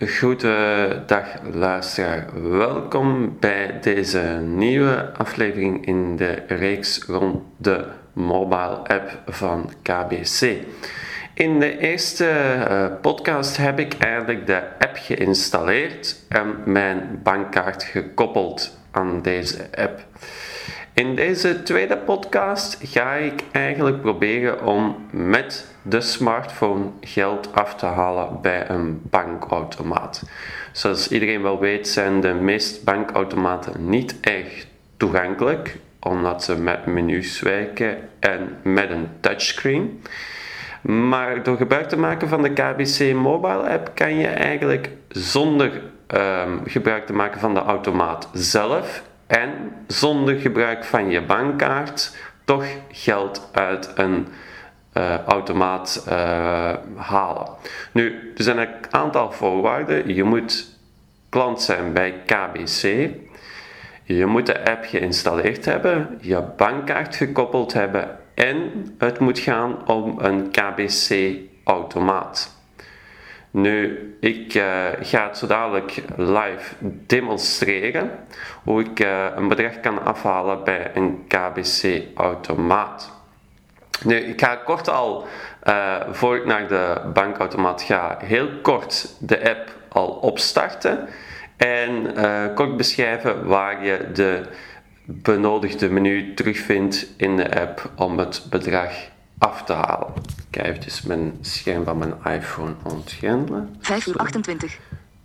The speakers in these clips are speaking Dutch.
Goedendag luisteraar, welkom bij deze nieuwe aflevering in de reeks rond de mobile app van KBC. In de eerste podcast heb ik eigenlijk de app geïnstalleerd en mijn bankkaart gekoppeld aan deze app. In deze tweede podcast ga ik eigenlijk proberen om met de smartphone geld af te halen bij een bankautomaat. Zoals iedereen wel weet zijn de meeste bankautomaten niet echt toegankelijk, omdat ze met menus werken en met een touchscreen. Maar door gebruik te maken van de KBC mobile app kan je eigenlijk zonder gebruik te maken van de automaat zelf en zonder gebruik van je bankkaart toch geld uit een automaat halen. Nu, er zijn een aantal voorwaarden. Je moet klant zijn bij KBC. Je moet de app geïnstalleerd hebben, je bankkaart gekoppeld hebben en het moet gaan om een KBC-automaat. Nu, ik ga het zo dadelijk live demonstreren hoe ik een bedrag kan afhalen bij een KBC-automaat. Nu, ik ga kort al, voor ik naar de bankautomaat ga, heel kort de app al opstarten en kort beschrijven waar je de benodigde menu terugvindt in de app om het bedrag af te halen. Ik ga even mijn scherm van mijn iPhone ontgrendelen. 5:28.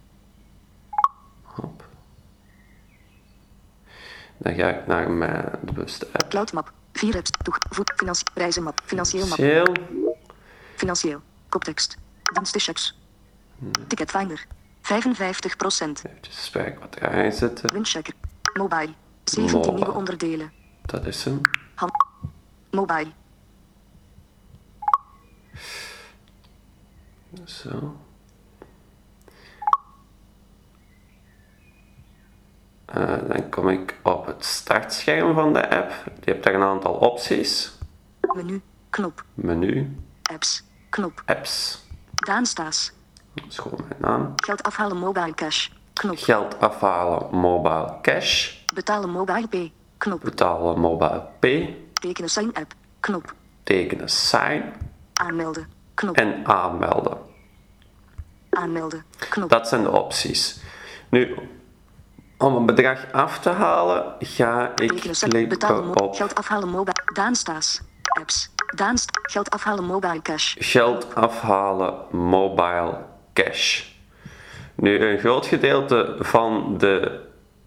Hop. Dan ga ik naar mijn bewuste app. Cloudmap. 4 apps. Prijzenmap. Financieel map. Financieel. Koptekst. Dienstenchecks. Ticketfinder. 55%. Even spijken wat erin zitten. Windchecker. Mobile. 17 nieuwe onderdelen. Dat is hem. Mobile. Zo. Dan kom ik op het startscherm van de app. Je hebt daar een aantal opties. Menu. Knop. Menu. Apps. Knop. Apps. Daan Staes. Dat is gewoon mijn naam. Geld afhalen mobile cash. Knop. Geld afhalen mobile cash. Betalen mobile pay. Knop. Betalen mobile pay. Tekenen sign app. Knop. Tekenen sign. Aanmelden. Knop. En aanmelden. Aanmelden. Knop. Dat zijn de opties. Nu, om een bedrag af te halen, ga ik klikken op geld afhalen mobile. Daan Staes. Apps. Geld afhalen mobile cash. Geld afhalen mobile cash. Nu, een groot gedeelte van de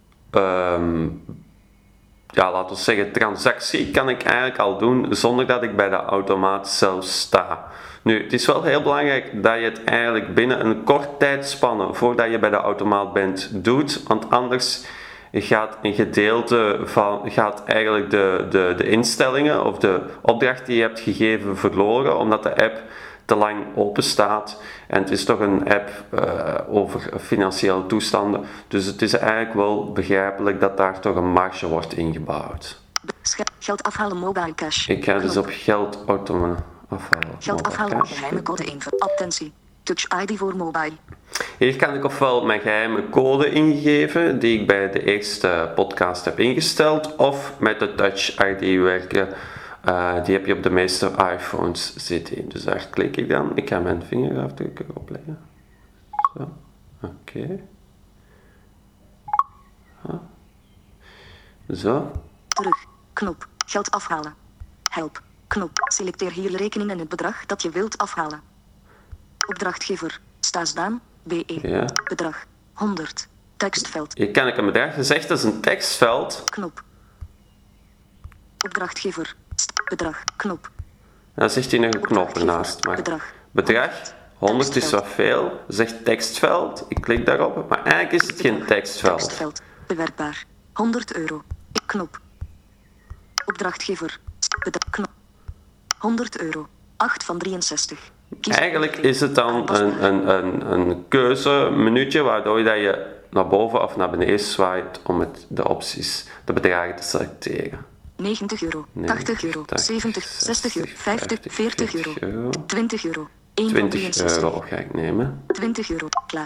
laten we zeggen, transactie kan ik eigenlijk al doen zonder dat ik bij de automaat zelf sta. Nu, het is wel heel belangrijk dat je het eigenlijk binnen een kort tijdspanne voordat je bij de automaat bent doet, want anders gaat een gedeelte gaat eigenlijk de instellingen of de opdracht die je hebt gegeven verloren, omdat de app te lang open staat. En het is toch een app over financiële toestanden. Dus het is eigenlijk wel begrijpelijk dat daar toch een marge wordt ingebouwd. Geld afhalen mobile cash. Ik ga dus op geldautomaat afhalen. Geld afhalen geheime code invullen. Attentie. Touch ID voor mobile. Hier kan ik ofwel mijn geheime code ingeven die ik bij de eerste podcast heb ingesteld, of met de Touch ID werken. Die heb je op de meeste iPhones zitten. Dus daar klik ik dan. Ik ga mijn vingerafdrukken opleggen. Zo. Oké. Zo. Terug. Knop. Geld afhalen. Help. Knop. Selecteer hier de rekening en het bedrag dat je wilt afhalen. Opdrachtgever. Staes Daan. BE. Ja. Bedrag. 100. Tekstveld. Hier kan ik een bedrag gezegd, dat is een tekstveld. Knop. Opdrachtgever. Bedrag. Knop. Dan zegt hij nog een knop ernaast. Maar bedrag. 100 is wat veel. Zegt tekstveld. Ik klik daarop. Maar eigenlijk is het geen tekstveld. Tekstveld. Bewerkbaar. €100. Knop. Opdrachtgever. Bedrag. Knop. €100. 8 van 63. Eigenlijk is het dan een keuzemenuutje waardoor je naar boven of naar beneden zwaait om de opties, de bedragen te selecteren. €90, €80, €70, €60, €50, €40, €20, €1,63 €20 ga ik nemen. €20, klaar.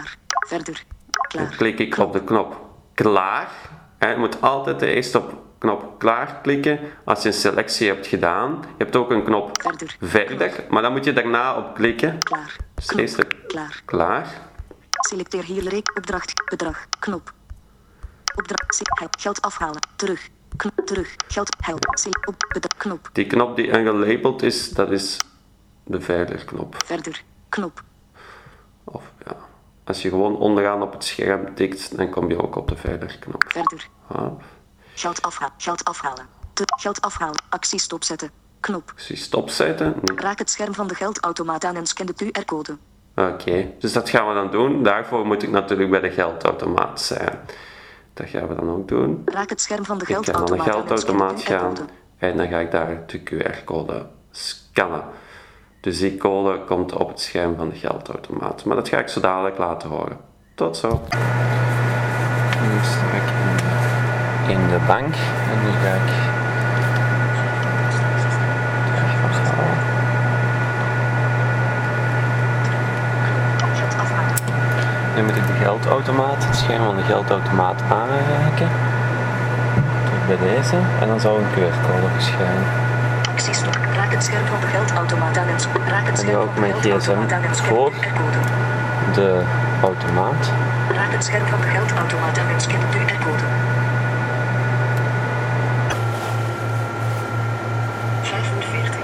Verder. Dan Klaar. klik ik op de knop klaar. En je moet altijd eerst op knop klaar klikken als je een selectie hebt gedaan. Je hebt ook een knop verder, maar dan moet je daarna op klikken. Klaar. Dus Knop. eerst Klaar. klaar. Selecteer hier opdracht, bedrag, knop. Opdracht, geld afhalen, terug, knop, terug, geld, help, op, bedrag, knop, Die knop die gelabeld is, dat is de verder knop. verder, knop, Of ja, als je gewoon onderaan op het scherm tikt, dan kom je ook op de verder knop. verder, Hop. geld afhalen, geld afhalen, actie stopzetten, knop. Zie stopzetten. Nee. Raak het scherm van de geldautomaat aan en scan de QR-code. Oké, dus dat gaan we dan doen. Daarvoor moet ik natuurlijk bij de geldautomaat zijn. Dat gaan we dan ook doen. Raak het scherm van de Ik ga naar de geldautomaat aan en scan geldautomaat de gaan QR-code. en dan ga ik daar de QR-code scannen. Dus die code komt op het scherm van de geldautomaat. Maar dat ga ik zo dadelijk laten horen. Tot zo. Nu sta ik in de bank en nu ga ik afhalen. Geld afhalen. Nu moet ik de geldautomaat, het scherm van de geldautomaat aanraken. Druk bij deze en dan zou een QR-code verschijnen. Actie stop. Raak het scherm van de geldautomaat aan en raak het En nu scherm ook van de mijn geldautomaat aan en gsm scan voor de QR-code. de automaat. Raak het scherm van de geldautomaat aan en scan de QR-code. 45.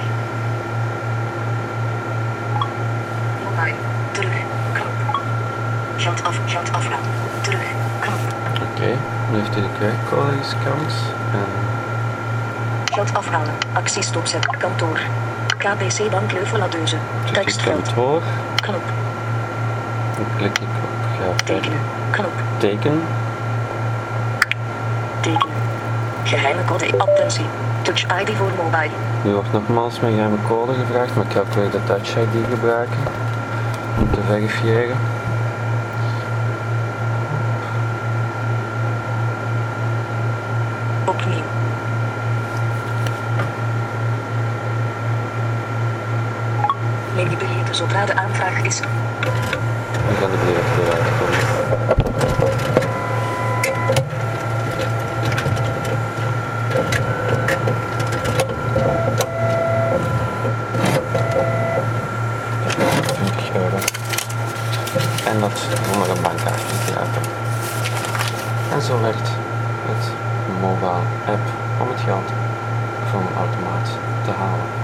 Mobile. Terug. Knop. Geld afhalen. Terug. Knop. Oké, nu heeft hij de QR-code gescand. En Geld afhalen. Actie stopzetten. Kantoor. KBC Bank Leuven-Ladeuze. druk ik Tekstgeld. kantoor. Knop. Dan klik ik op ga verder. Tekenen. Knop. Teken. Tekenen. Geheime code. Attentie. Touch ID voor mobile. Nu wordt nogmaals mijn geheime code gevraagd, maar ik ga ook weer de Touch ID gebruiken om te verifiëren. Opnieuw. Neem die berichten zodra de aanvraag is. Nu gaan de berichten eruit komen. €20. En dat onder een bankkaartje krijgen. En zo werkt het mobile app om het geld van een automaat te halen.